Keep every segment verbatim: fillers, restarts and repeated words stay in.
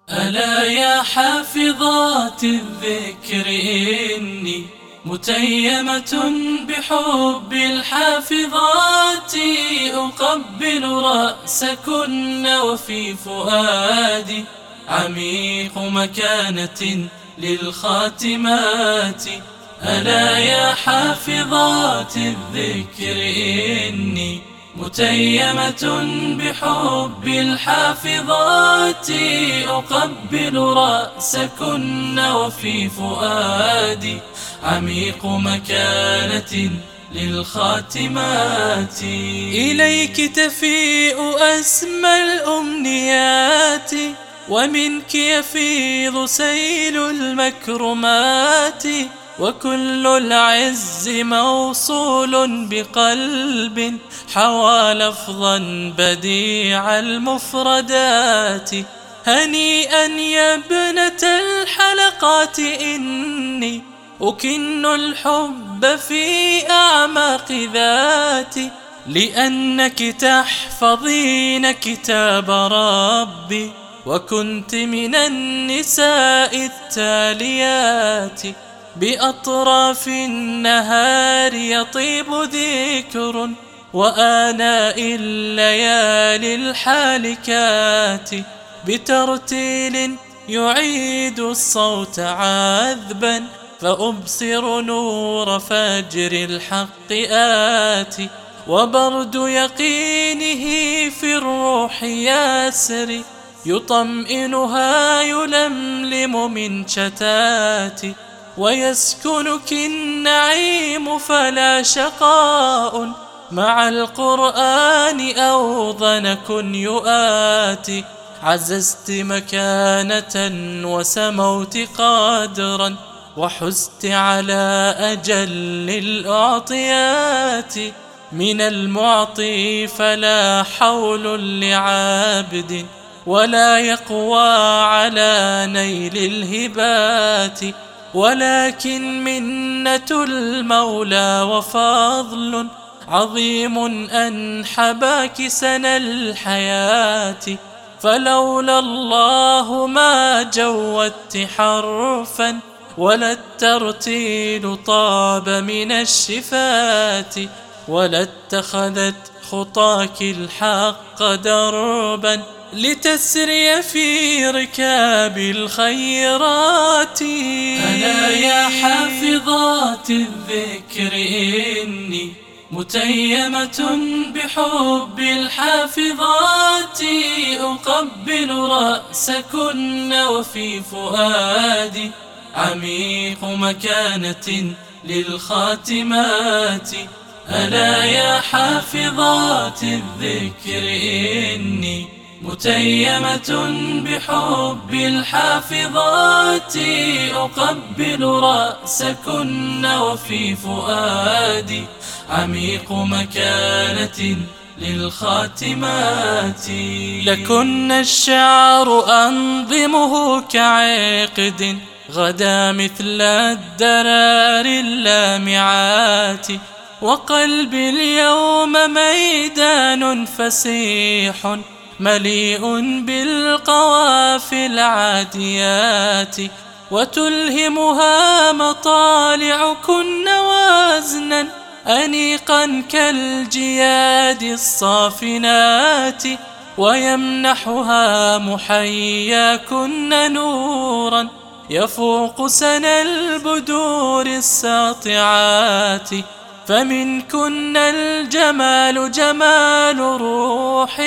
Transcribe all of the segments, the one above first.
ألا يا حافظات الذكر إني متيمة بحب الحافظات، أقبل رأسكن وفي فؤادي عميق مكانة للخاتمات. ألا يا حافظات الذكر إني متيمة بحب الحافظات، أقبل رأسكن وفي فؤادي عميق مكانة للخاتمات. إليك تفيء أسمى الأمنيات، ومنك يفيض سيل المكرمات، وكل العز موصول بقلب حوى لفظا بديع المفردات. هنيئا يا ابنة الحلقات، إني أكن الحب في أعماق ذاتي، لأنك تحفظين كتاب ربي، وكنت من النساء التاليات. بأطراف النهار يطيب ذكر، وآناء الليالي الحالكات، بترتيل يعيد الصوت عذبا، فأبصر نور فجر الحق آتي، وبرد يقينه في الروح يسري، يطمئنها يلملم من شتاتي، ويسكنك النعيم فلا شقاء، مع القرآن أو ضنك يؤاتي. عززت مكانة وسموت قدرا، وحزت على أجل الأعطيات. من المعطي فلا حول لعابد، ولا يقوى على نيل الهبات، ولكن منة المولى وفضل عظيم أن حباك سنى الحياة. فلولا الله ما جودت حرفا، ولا الترتيل طاب من الشفات، ولا اتخذت خطاك الحق دربا لتسري في ركاب الخيرات. ألا يا حافظات الذكر إني متيمة بحب الحافظات، أقبل رأسكن وفي فؤادي عميق مكانة للخاتمات. ألا يا حافظات الذكر إني متيمة بحب الحافظات، أقبل رأسكن وفي فؤادي عميق مكانة للخاتمات. لكن الشعر أنظمه كعقد غدا مثل الدرار اللامعات، وقلبي اليوم ميدان فسيح مليء بالقوافي العاديات، وتلهمها مطالعكن وزنا أنيقا كالجياد الصافنات، ويمنحها محياكن نورا يفوق سنى البدور الساطعات. فمنكن الجمال جمال روح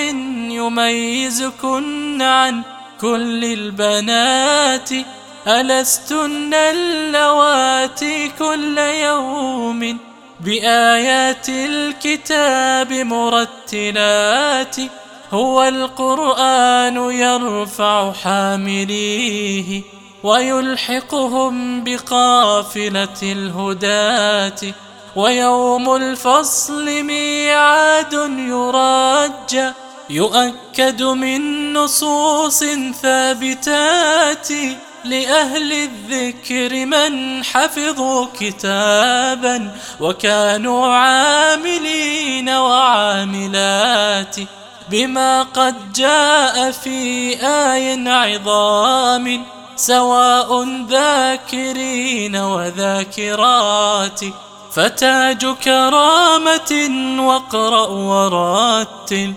يميزكن عن كل البنات. ألستن اللواتي كل يوم بآيات الكتاب مرتلات، هو القرآن يرفع حامليه، ويلحقهم بقافلة الهداة. ويوم الفصل ميعاد يرجى، يؤكد من نصوص ثابتات، لأهل الذكر من حفظوا كتابا وكانوا عاملين وعاملات بما قد جاء في آي عظام، سواء ذاكرين وذاكرات. فتاج كرامة واقرأ ورتل،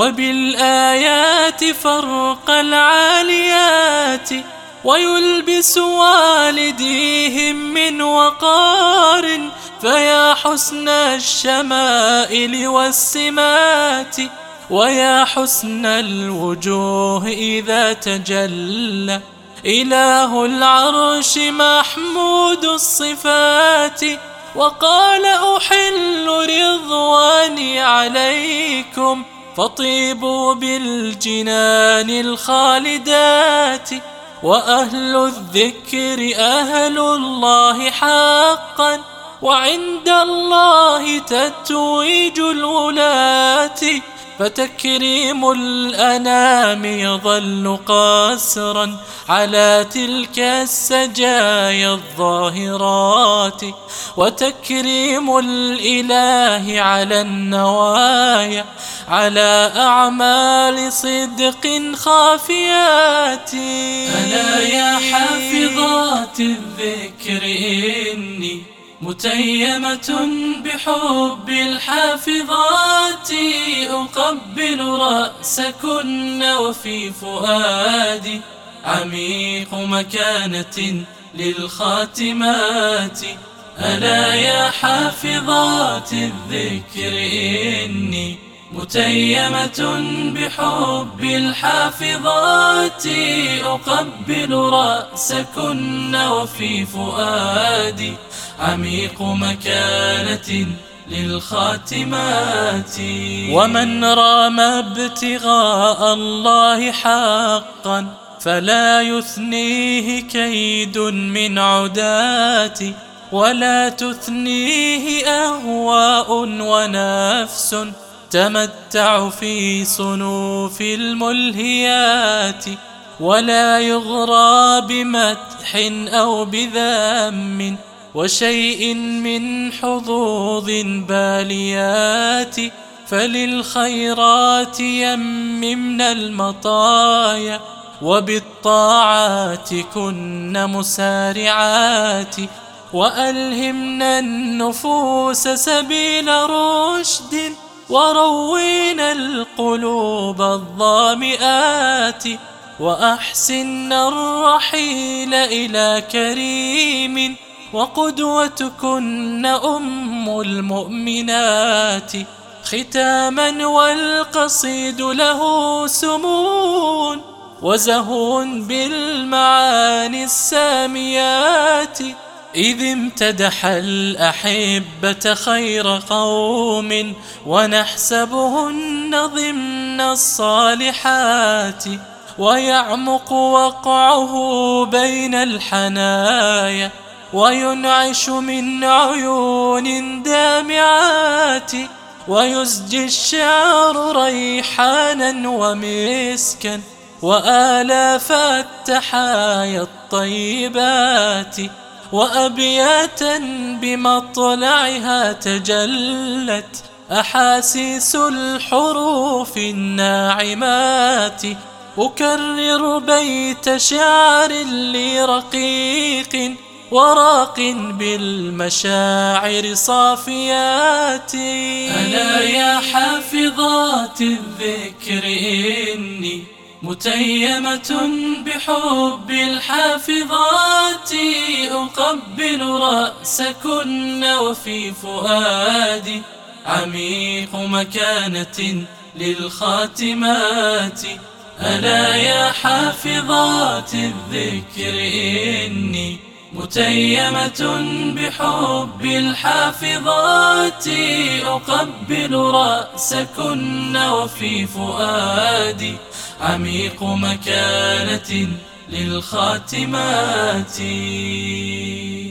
وبالآيات فرق العاليات. ويلبس والديهم من وقار، فيا حسن الشمائل والسمات. ويا حسن الوجوه إذا تجلى، إله العرش محمود الصفات. وقال أحل رضواني عليكم، فطيبوا بالجنان الخالدات. وأهل الذكر أهل الله حقا، وعند الله تتويج الولاة. فتكريم الأنام يظل قاسرا على تلك السجايا الظاهرات. وتكريم الإله على النوايا، على أعمال صدق خافيات. ألا يا حافظات الذكر إني متيمة بحب الحافظات. أقبل رأسكن وفي فؤادي عميق مكانة للخاتمات. ألا يا حافظات الذكر إني متيمة بحب الحافظات. أقبل رأسكن وفي فؤادي عميق مكانة للخاتمات. ومن رام ابتغاء الله حقا، فلا يثنيه كيد من عدات، ولا تثنيه أهواء ونفس تمتع في صنوف الملهيات. ولا يغرى بمدح أو بذم وشيء من حظوظ باليات. فللخيرات يممن المطايا، وبالطاعات كن مسارعات. وألهمنا النفوس سبيل رشد، وروينا القلوب الظامئات. وأحسن الرحيل إلى كريم، وقدوتكن أم المؤمنات. ختاما والقصيد له سمون، وزهو بالمعاني الساميات. إذ امتدح الأحبة خير قوم، ونحسبهن ضمن الصالحات. ويعمق وقعه بين الحنايا، وينعش من عيون دامعات. ويزجي الشعر ريحانا ومسكا، وآلاف التحايا الطيبات. وأبياتا بمطلعها تجلت أحاسيس الحروف الناعمات. أكرر بيت شعر لي رقيق، وراق بالمشاعر صافيات. ألا يا حافظات الذكر إني متيمة بحب الحافظات. أقبل رأسكن وفي فؤادي عميق مكانة للخاتمات. ألا يا حافظات الذكر إني متيمة بحب الحافظات. أقبل رأسكن وفي فؤادي عميق مكانة للخاتمات.